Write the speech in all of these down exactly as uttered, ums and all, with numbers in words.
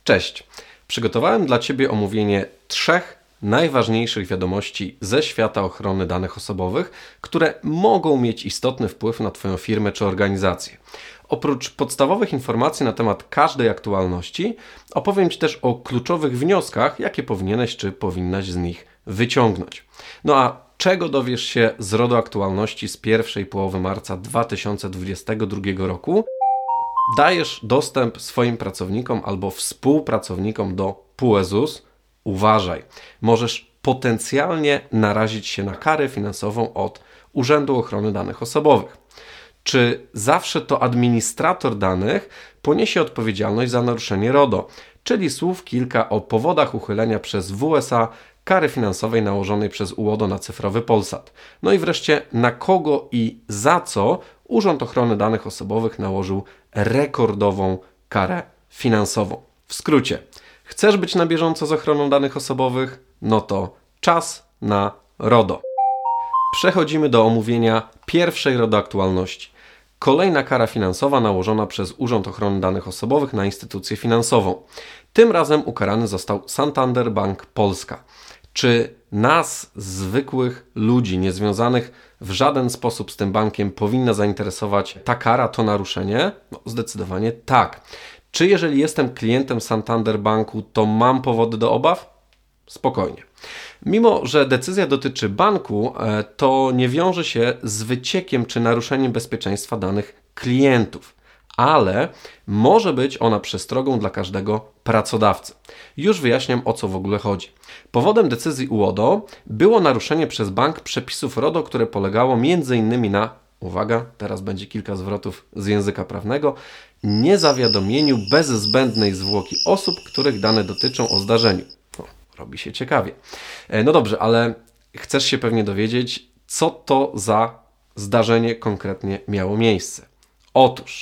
Cześć! Przygotowałem dla Ciebie omówienie trzech najważniejszych wiadomości ze świata ochrony danych osobowych, które mogą mieć istotny wpływ na Twoją firmę czy organizację. Oprócz podstawowych informacji na temat każdej aktualności, opowiem Ci też o kluczowych wnioskach, jakie powinieneś czy powinnaś z nich wyciągnąć. No a czego dowiesz się z RODO aktualności z pierwszej połowy marca dwa tysiące dwudziestego drugiego roku? Dajesz dostęp swoim pracownikom albo współpracownikom do P U E Z U S. Uważaj, możesz potencjalnie narazić się na karę finansową od Urzędu Ochrony Danych Osobowych. Czy zawsze to administrator danych poniesie odpowiedzialność za naruszenie RODO, czyli słów kilka o powodach uchylenia przez W S A kary finansowej nałożonej przez U O D O na cyfrowy Polsat. No i wreszcie na kogo i za co Urząd Ochrony Danych Osobowych nałożył rekordową karę finansową. W skrócie, chcesz być na bieżąco z ochroną danych osobowych? No to czas na RODO. Przechodzimy do omówienia pierwszej RODO aktualności. Kolejna kara finansowa nałożona przez Urząd Ochrony Danych Osobowych na instytucję finansową. Tym razem ukarany został Santander Bank Polska. Czy nas, zwykłych ludzi, niezwiązanych w żaden sposób z tym bankiem, powinna zainteresować ta kara, to naruszenie? No, zdecydowanie tak. Czy jeżeli jestem klientem Santander Banku, to mam powody do obaw? Spokojnie. Mimo że decyzja dotyczy banku, to nie wiąże się z wyciekiem czy naruszeniem bezpieczeństwa danych klientów, ale może być ona przestrogą dla każdego pracodawcy. Już wyjaśniam, o co w ogóle chodzi. Powodem decyzji U O D O było naruszenie przez bank przepisów RODO, które polegało między innymi na, uwaga, teraz będzie kilka zwrotów z języka prawnego, niezawiadomieniu bez zbędnej zwłoki osób, których dane dotyczą o zdarzeniu. No, robi się ciekawie. No dobrze, ale chcesz się pewnie dowiedzieć, co to za zdarzenie konkretnie miało miejsce. Otóż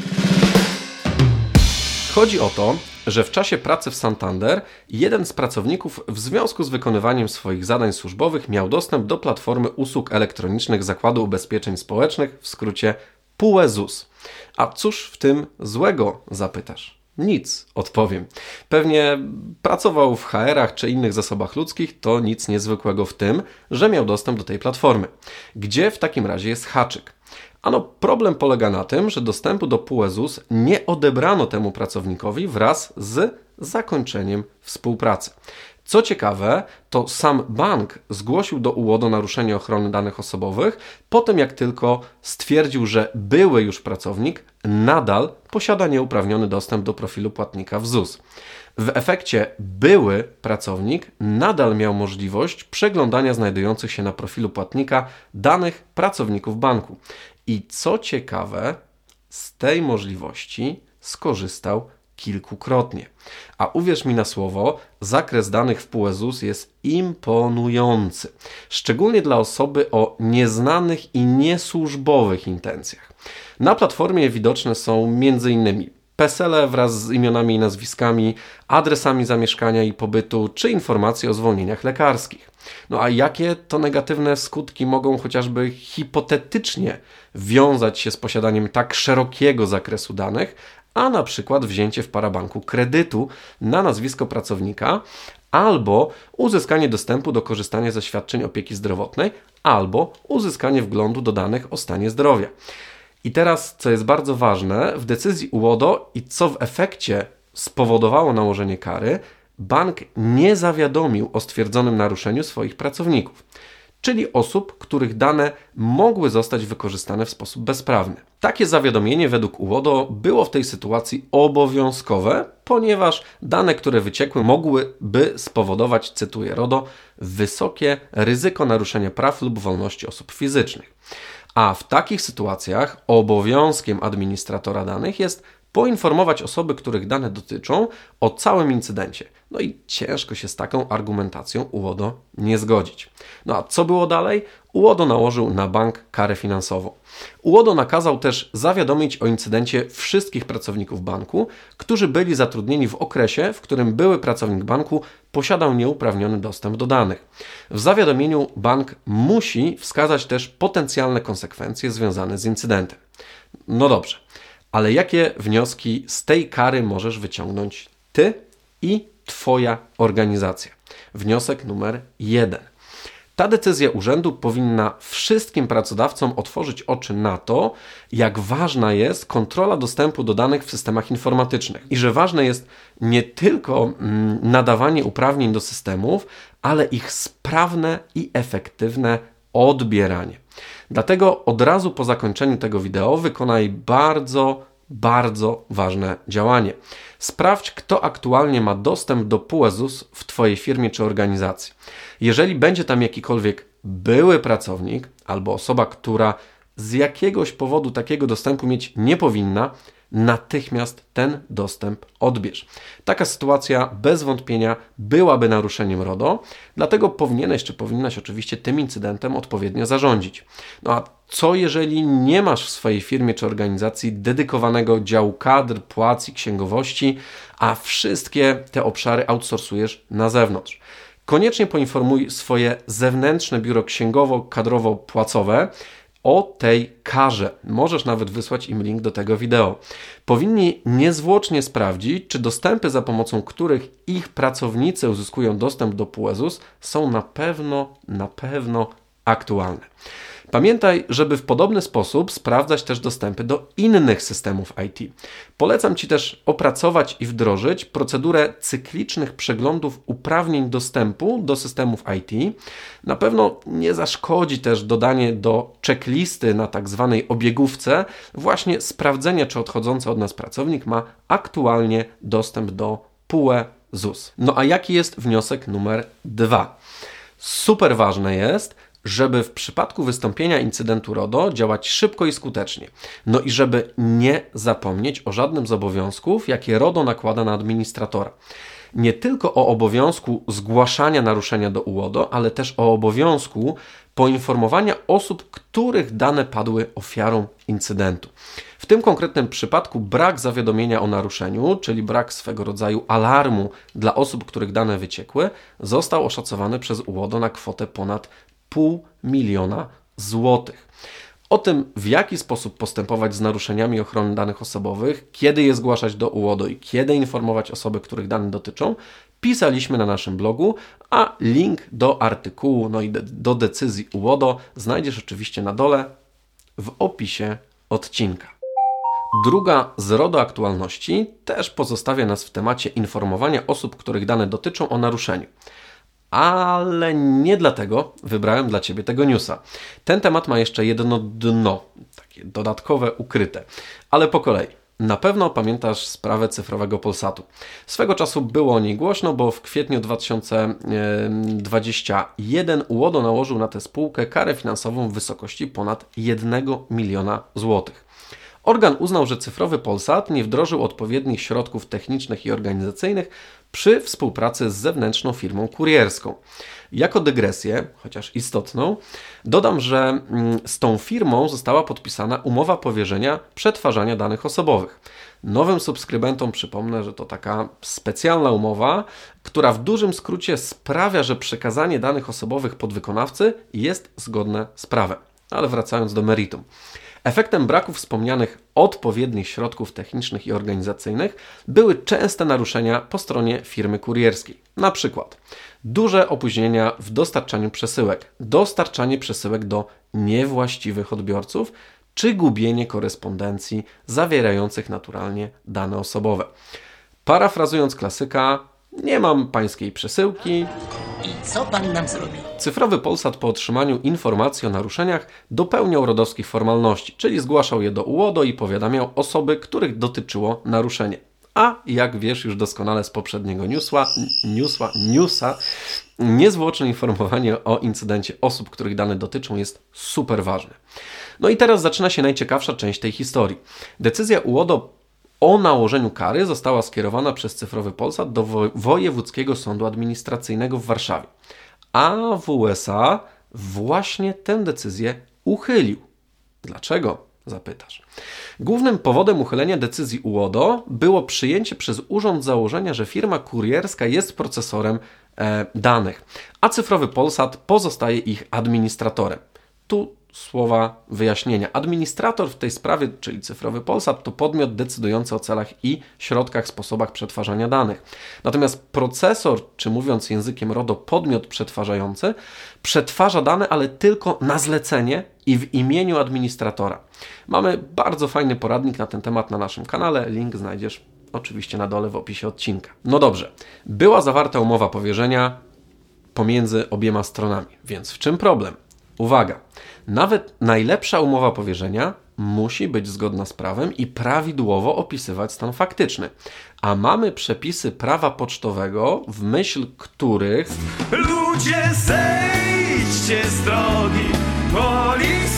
chodzi o to, że w czasie pracy w Santander jeden z pracowników w związku z wykonywaniem swoich zadań służbowych miał dostęp do platformy usług elektronicznych Zakładu Ubezpieczeń Społecznych, w skrócie P U E Z U S. A cóż w tym złego, zapytasz? Nic, odpowiem. Pewnie pracował w H R ach czy innych zasobach ludzkich, to nic niezwykłego w tym, że miał dostęp do tej platformy. Gdzie w takim razie jest haczyk? Ano, problem polega na tym, że dostępu do P U E Z U S nie odebrano temu pracownikowi wraz z zakończeniem współpracy. Co ciekawe, to sam bank zgłosił do U O D O naruszenie ochrony danych osobowych, po tym jak tylko stwierdził, że były już pracownik nadal posiada nieuprawniony dostęp do profilu płatnika w Z U S. W efekcie były pracownik nadal miał możliwość przeglądania znajdujących się na profilu płatnika danych pracowników banku. I co ciekawe, z tej możliwości skorzystał kilkukrotnie. A uwierz mi na słowo, zakres danych w P U E Z U S jest imponujący. Szczególnie dla osoby o nieznanych i niesłużbowych intencjach. Na platformie widoczne są m.in. P E S E L e wraz z imionami i nazwiskami, adresami zamieszkania i pobytu, czy informacje o zwolnieniach lekarskich. No a jakie to negatywne skutki mogą chociażby hipotetycznie wiązać się z posiadaniem tak szerokiego zakresu danych, a na przykład wzięcie w parabanku kredytu na nazwisko pracownika, albo uzyskanie dostępu do korzystania ze świadczeń opieki zdrowotnej, albo uzyskanie wglądu do danych o stanie zdrowia. I teraz, co jest bardzo ważne, w decyzji U O D O i co w efekcie spowodowało nałożenie kary, bank nie zawiadomił o stwierdzonym naruszeniu swoich pracowników, czyli osób, których dane mogły zostać wykorzystane w sposób bezprawny. Takie zawiadomienie według U O D O było w tej sytuacji obowiązkowe, ponieważ dane, które wyciekły, mogłyby spowodować, cytuję RODO, wysokie ryzyko naruszenia praw lub wolności osób fizycznych. A w takich sytuacjach obowiązkiem administratora danych jest poinformować osoby, których dane dotyczą, o całym incydencie. No i ciężko się z taką argumentacją U O D O nie zgodzić. No a co było dalej? U O D O nałożył na bank karę finansową. U O D O nakazał też zawiadomić o incydencie wszystkich pracowników banku, którzy byli zatrudnieni w okresie, w którym były pracownik banku posiadał nieuprawniony dostęp do danych. W zawiadomieniu bank musi wskazać też potencjalne konsekwencje związane z incydentem. No dobrze, ale jakie wnioski z tej kary możesz wyciągnąć Ty i Twoja organizacja. Wniosek numer jeden. Ta decyzja urzędu powinna wszystkim pracodawcom otworzyć oczy na to, jak ważna jest kontrola dostępu do danych w systemach informatycznych i że ważne jest nie tylko nadawanie uprawnień do systemów, ale ich sprawne i efektywne odbieranie. Dlatego od razu po zakończeniu tego wideo wykonaj bardzo, bardzo ważne działanie. Sprawdź, kto aktualnie ma dostęp do P U E Z U S w Twojej firmie czy organizacji. Jeżeli będzie tam jakikolwiek były pracownik albo osoba, która z jakiegoś powodu takiego dostępu mieć nie powinna, natychmiast ten dostęp odbierz. Taka sytuacja bez wątpienia byłaby naruszeniem RODO, dlatego powinieneś czy powinnaś oczywiście tym incydentem odpowiednio zarządzić. No a co jeżeli nie masz w swojej firmie czy organizacji dedykowanego działu kadr, płac i księgowości, a wszystkie te obszary outsourcujesz na zewnątrz? Koniecznie poinformuj swoje zewnętrzne biuro księgowo-kadrowo-płacowe o tej karze. Możesz nawet wysłać im link do tego wideo. Powinni niezwłocznie sprawdzić, czy dostępy, za pomocą których ich pracownicy uzyskują dostęp do P U E Z U S, są na pewno, na pewno aktualne. Pamiętaj, żeby w podobny sposób sprawdzać też dostępy do innych systemów I T. Polecam Ci też opracować i wdrożyć procedurę cyklicznych przeglądów uprawnień dostępu do systemów I T. Na pewno nie zaszkodzi też dodanie do checklisty na tak zwanej obiegówce właśnie sprawdzenia, czy odchodzący od nas pracownik ma aktualnie dostęp do P U E Z U S. No a jaki jest wniosek numer dwa? Super ważne jest, żeby w przypadku wystąpienia incydentu RODO działać szybko i skutecznie. No i żeby nie zapomnieć o żadnym z obowiązków, jakie RODO nakłada na administratora. Nie tylko o obowiązku zgłaszania naruszenia do U O D O, ale też o obowiązku poinformowania osób, których dane padły ofiarą incydentu. W tym konkretnym przypadku brak zawiadomienia o naruszeniu, czyli brak swego rodzaju alarmu dla osób, których dane wyciekły, został oszacowany przez U O D O na kwotę ponad pół miliona złotych. O tym, w jaki sposób postępować z naruszeniami ochrony danych osobowych, kiedy je zgłaszać do U O D O i kiedy informować osoby, których dane dotyczą, pisaliśmy na naszym blogu, a link do artykułu, no i do decyzji U O D O znajdziesz oczywiście na dole w opisie odcinka. Druga z RODO aktualności też pozostawia nas w temacie informowania osób, których dane dotyczą, o naruszeniu. Ale nie dlatego wybrałem dla Ciebie tego newsa. Ten temat ma jeszcze jedno dno, takie dodatkowe, ukryte. Ale po kolei. Na pewno pamiętasz sprawę cyfrowego Polsatu. Swego czasu było o niej głośno, bo w kwietniu dwa tysiące dwudziestego pierwszego U O D O nałożył na tę spółkę karę finansową w wysokości ponad jednego miliona złotych. Organ uznał, że cyfrowy Polsat nie wdrożył odpowiednich środków technicznych i organizacyjnych przy współpracy z zewnętrzną firmą kurierską. Jako dygresję, chociaż istotną, dodam, że z tą firmą została podpisana umowa powierzenia przetwarzania danych osobowych. Nowym subskrybentom przypomnę, że to taka specjalna umowa, która w dużym skrócie sprawia, że przekazanie danych osobowych podwykonawcy jest zgodne z prawem. Ale wracając do meritum. Efektem braku wspomnianych odpowiednich środków technicznych i organizacyjnych były częste naruszenia po stronie firmy kurierskiej. Na przykład duże opóźnienia w dostarczaniu przesyłek, dostarczanie przesyłek do niewłaściwych odbiorców, czy gubienie korespondencji zawierających naturalnie dane osobowe. Parafrazując klasyka, nie mam pańskiej przesyłki. I co pan nam zrobi? Cyfrowy Polsat po otrzymaniu informacji o naruszeniach dopełniał rodowskich formalności, czyli zgłaszał je do U O D O i powiadamiał osoby, których dotyczyło naruszenie. A jak wiesz już doskonale z poprzedniego newsła, newsła, newsa, niezwłoczne informowanie o incydencie osób, których dane dotyczą, jest super ważne. No i teraz zaczyna się najciekawsza część tej historii. Decyzja U O D O o nałożeniu kary została skierowana przez cyfrowy Polsat do wo- Wojewódzkiego Sądu Administracyjnego w Warszawie. A W U S A właśnie tę decyzję uchylił. Dlaczego? Zapytasz. Głównym powodem uchylenia decyzji U O D O było przyjęcie przez urząd założenia, że firma kurierska jest procesorem e, danych, a cyfrowy Polsat pozostaje ich administratorem. Tu słowa wyjaśnienia. Administrator w tej sprawie, czyli cyfrowy Polsat, to podmiot decydujący o celach i środkach, sposobach przetwarzania danych. Natomiast procesor, czy mówiąc językiem RODO, podmiot przetwarzający, przetwarza dane, ale tylko na zlecenie i w imieniu administratora. Mamy bardzo fajny poradnik na ten temat na naszym kanale. Link znajdziesz oczywiście na dole w opisie odcinka. No dobrze, była zawarta umowa powierzenia pomiędzy obiema stronami, więc w czym problem? Uwaga, nawet najlepsza umowa powierzenia musi być zgodna z prawem i prawidłowo opisywać stan faktyczny. A mamy przepisy prawa pocztowego, w myśl których ludzie, zejdźcie z drogi, bo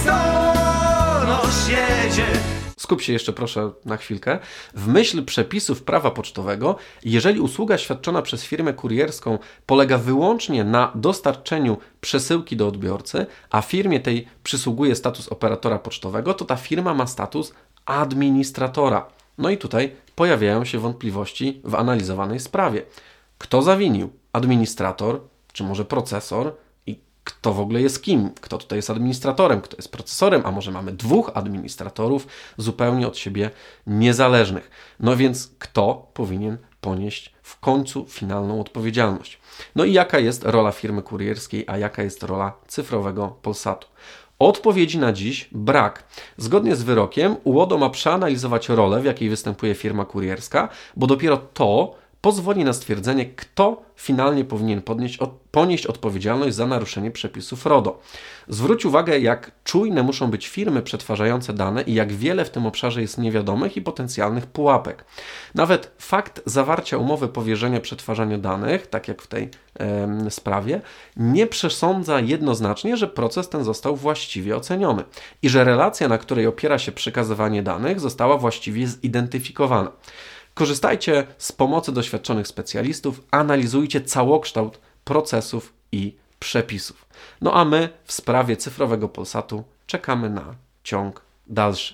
listonosz jedzie. Skup się jeszcze proszę na chwilkę. W myśl przepisów prawa pocztowego, jeżeli usługa świadczona przez firmę kurierską polega wyłącznie na dostarczeniu przesyłki do odbiorcy, a firmie tej przysługuje status operatora pocztowego, to ta firma ma status administratora. No i tutaj pojawiają się wątpliwości w analizowanej sprawie. Kto zawinił? Administrator, czy może procesor? Kto w ogóle jest kim? Kto tutaj jest administratorem? Kto jest procesorem? A może mamy dwóch administratorów zupełnie od siebie niezależnych? No więc kto powinien ponieść w końcu finalną odpowiedzialność? No i jaka jest rola firmy kurierskiej, a jaka jest rola cyfrowego Polsatu? Odpowiedzi na dziś brak. Zgodnie z wyrokiem UODO ma przeanalizować rolę, w jakiej występuje firma kurierska, bo dopiero to pozwoli na stwierdzenie, kto finalnie powinien podnieść, od, ponieść odpowiedzialność za naruszenie przepisów RODO. Zwróć uwagę, jak czujne muszą być firmy przetwarzające dane i jak wiele w tym obszarze jest niewiadomych i potencjalnych pułapek. Nawet fakt zawarcia umowy powierzenia przetwarzania danych, tak jak w tej e, sprawie, nie przesądza jednoznacznie, że proces ten został właściwie oceniony i że relacja, na której opiera się przekazywanie danych, została właściwie zidentyfikowana. Korzystajcie z pomocy doświadczonych specjalistów, analizujcie całokształt procesów i przepisów. No a my w sprawie cyfrowego Polsatu czekamy na ciąg dalszy.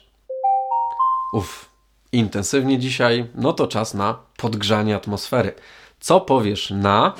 Uff, intensywnie dzisiaj, no to czas na podgrzanie atmosfery. Co powiesz na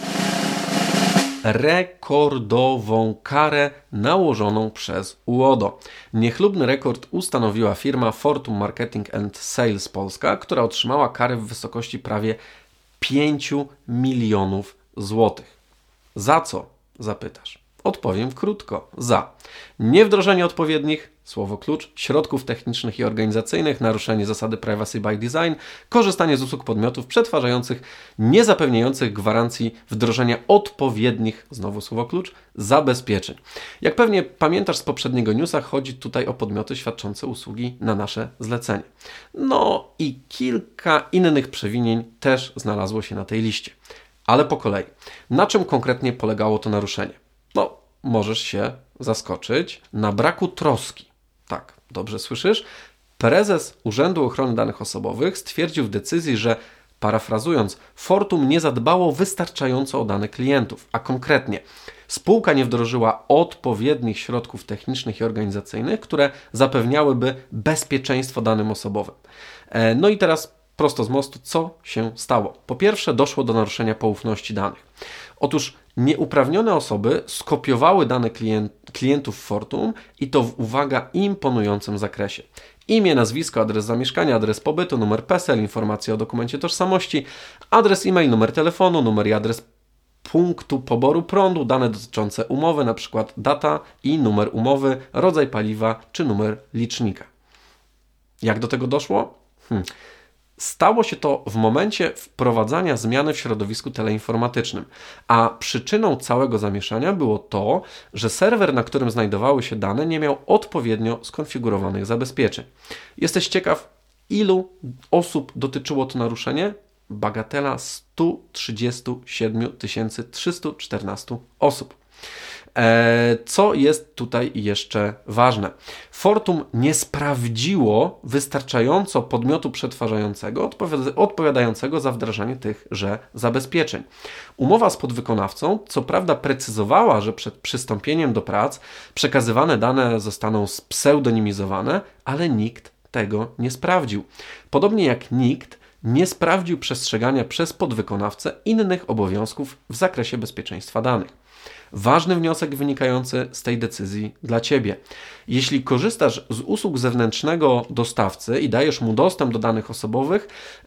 rekordową karę nałożoną przez UODO? Niechlubny rekord ustanowiła firma Fortum Marketing and Sales Polska, która otrzymała karę w wysokości prawie pięć milionów złotych. Za co? Zapytasz. Odpowiem krótko. Za niewdrożenie odpowiednich, słowo klucz, środków technicznych i organizacyjnych, naruszenie zasady privacy by design, korzystanie z usług podmiotów przetwarzających, nie zapewniających gwarancji wdrożenia odpowiednich, znowu słowo klucz, zabezpieczeń. Jak pewnie pamiętasz z poprzedniego newsa, chodzi tutaj o podmioty świadczące usługi na nasze zlecenie. No i kilka innych przewinień też znalazło się na tej liście. Ale po kolei. Na czym konkretnie polegało to naruszenie? No, możesz się zaskoczyć na braku troski. Tak, dobrze słyszysz? Prezes Urzędu Ochrony Danych Osobowych stwierdził w decyzji, że, parafrazując, Fortum nie zadbało wystarczająco o dane klientów, a konkretnie spółka nie wdrożyła odpowiednich środków technicznych i organizacyjnych, które zapewniałyby bezpieczeństwo danym osobowym. No i teraz prosto z mostu, co się stało? Po pierwsze, doszło do naruszenia poufności danych. Otóż nieuprawnione osoby skopiowały dane klient, klientów Fortum i to w, uwaga, imponującym zakresie. Imię, nazwisko, adres zamieszkania, adres pobytu, numer P E S E L, informacje o dokumencie tożsamości, adres e-mail, numer telefonu, numer i adres punktu poboru prądu, dane dotyczące umowy, np. data i numer umowy, rodzaj paliwa czy numer licznika. Jak do tego doszło? Hmm. Stało się to w momencie wprowadzania zmiany w środowisku teleinformatycznym, a przyczyną całego zamieszania było to, że serwer, na którym znajdowały się dane, nie miał odpowiednio skonfigurowanych zabezpieczeń. Jesteś ciekaw, ilu osób dotyczyło to naruszenie? Bagatela sto trzydzieści siedem tysięcy trzysta czternaście osób. Co jest tutaj jeszcze ważne? Fortum nie sprawdziło wystarczająco podmiotu przetwarzającego odpowiadającego za wdrażanie tychże zabezpieczeń. Umowa z podwykonawcą co prawda precyzowała, że przed przystąpieniem do prac przekazywane dane zostaną spseudonimizowane, ale nikt tego nie sprawdził. Podobnie jak nikt nie sprawdził przestrzegania przez podwykonawcę innych obowiązków w zakresie bezpieczeństwa danych. ważny wniosek wynikający z tej decyzji dla Ciebie. Jeśli korzystasz z usług zewnętrznego dostawcy i dajesz mu dostęp do danych osobowych,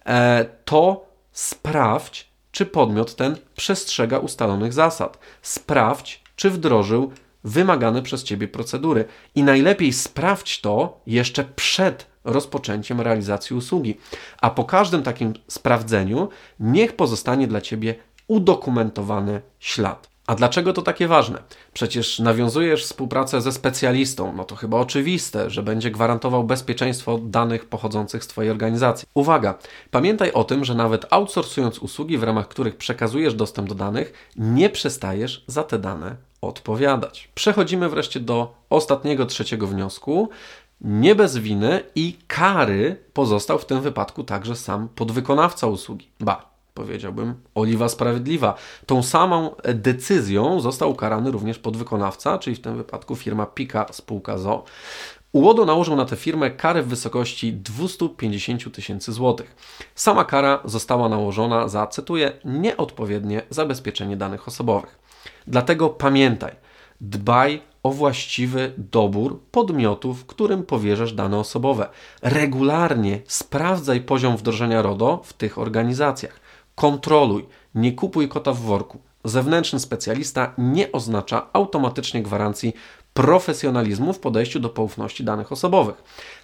to sprawdź, czy podmiot ten przestrzega ustalonych zasad. Sprawdź, czy wdrożył wymagane przez Ciebie procedury. I najlepiej sprawdź to jeszcze przed rozpoczęciem realizacji usługi. A po każdym takim sprawdzeniu niech pozostanie dla Ciebie udokumentowany ślad. A dlaczego to takie ważne? Przecież nawiązujesz współpracę ze specjalistą, no to chyba oczywiste, że będzie gwarantował bezpieczeństwo danych pochodzących z Twojej organizacji. Uwaga! Pamiętaj o tym, że nawet outsourcując usługi, w ramach których przekazujesz dostęp do danych, nie przestajesz za te dane odpowiadać. Przechodzimy wreszcie do ostatniego, trzeciego wniosku. Nie bez winy i kary pozostał w tym wypadku także sam podwykonawca usługi. Ba! Powiedziałbym, oliwa sprawiedliwa. Tą samą decyzją został ukarany również podwykonawca, czyli w tym wypadku firma Pika spółka z o o. UODO nałożył na tę firmę karę w wysokości dwieście pięćdziesiąt tysięcy złotych. Sama kara została nałożona za, cytuję, nieodpowiednie zabezpieczenie danych osobowych. Dlatego pamiętaj, dbaj o właściwy dobór podmiotów, którym powierzasz dane osobowe. Regularnie sprawdzaj poziom wdrożenia RODO w tych organizacjach. Kontroluj, nie kupuj kota w worku. Zewnętrzny specjalista nie oznacza automatycznie gwarancji profesjonalizmu w podejściu do poufności danych osobowych.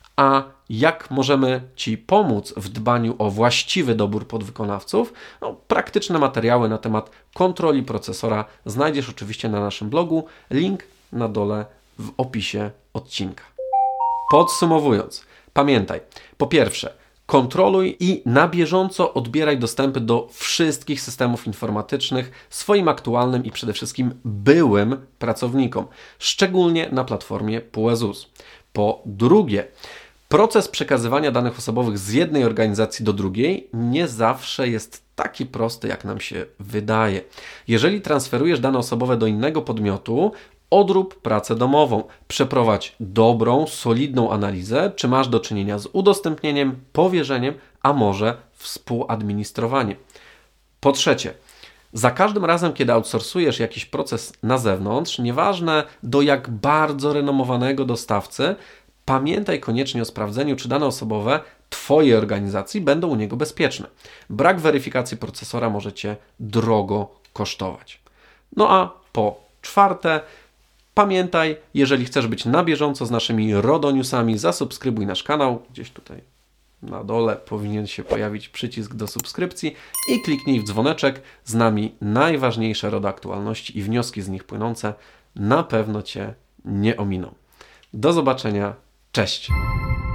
A jak możemy Ci pomóc w dbaniu o właściwy dobór podwykonawców? No, praktyczne materiały na temat kontroli procesora znajdziesz oczywiście na naszym blogu. Link na dole w opisie odcinka. Podsumowując, pamiętaj, po pierwsze, kontroluj i na bieżąco odbieraj dostępy do wszystkich systemów informatycznych swoim aktualnym i przede wszystkim byłym pracownikom, szczególnie na platformie PUEZUS. Po drugie, proces przekazywania danych osobowych z jednej organizacji do drugiej nie zawsze jest taki prosty, jak nam się wydaje. Jeżeli transferujesz dane osobowe do innego podmiotu, odrób pracę domową. Przeprowadź dobrą, solidną analizę, czy masz do czynienia z udostępnieniem, powierzeniem, a może współadministrowaniem. Po trzecie, za każdym razem, kiedy outsourcujesz jakiś proces na zewnątrz, nieważne do jak bardzo renomowanego dostawcy, pamiętaj koniecznie o sprawdzeniu, czy dane osobowe Twojej organizacji będą u niego bezpieczne. Brak weryfikacji procesora może Cię drogo kosztować. No a po czwarte, pamiętaj, jeżeli chcesz być na bieżąco z naszymi RODO Newsami, zasubskrybuj nasz kanał. Gdzieś tutaj na dole powinien się pojawić przycisk do subskrypcji i kliknij w dzwoneczek. Z nami najważniejsze RODO aktualności i wnioski z nich płynące na pewno Cię nie ominą. Do zobaczenia. Cześć!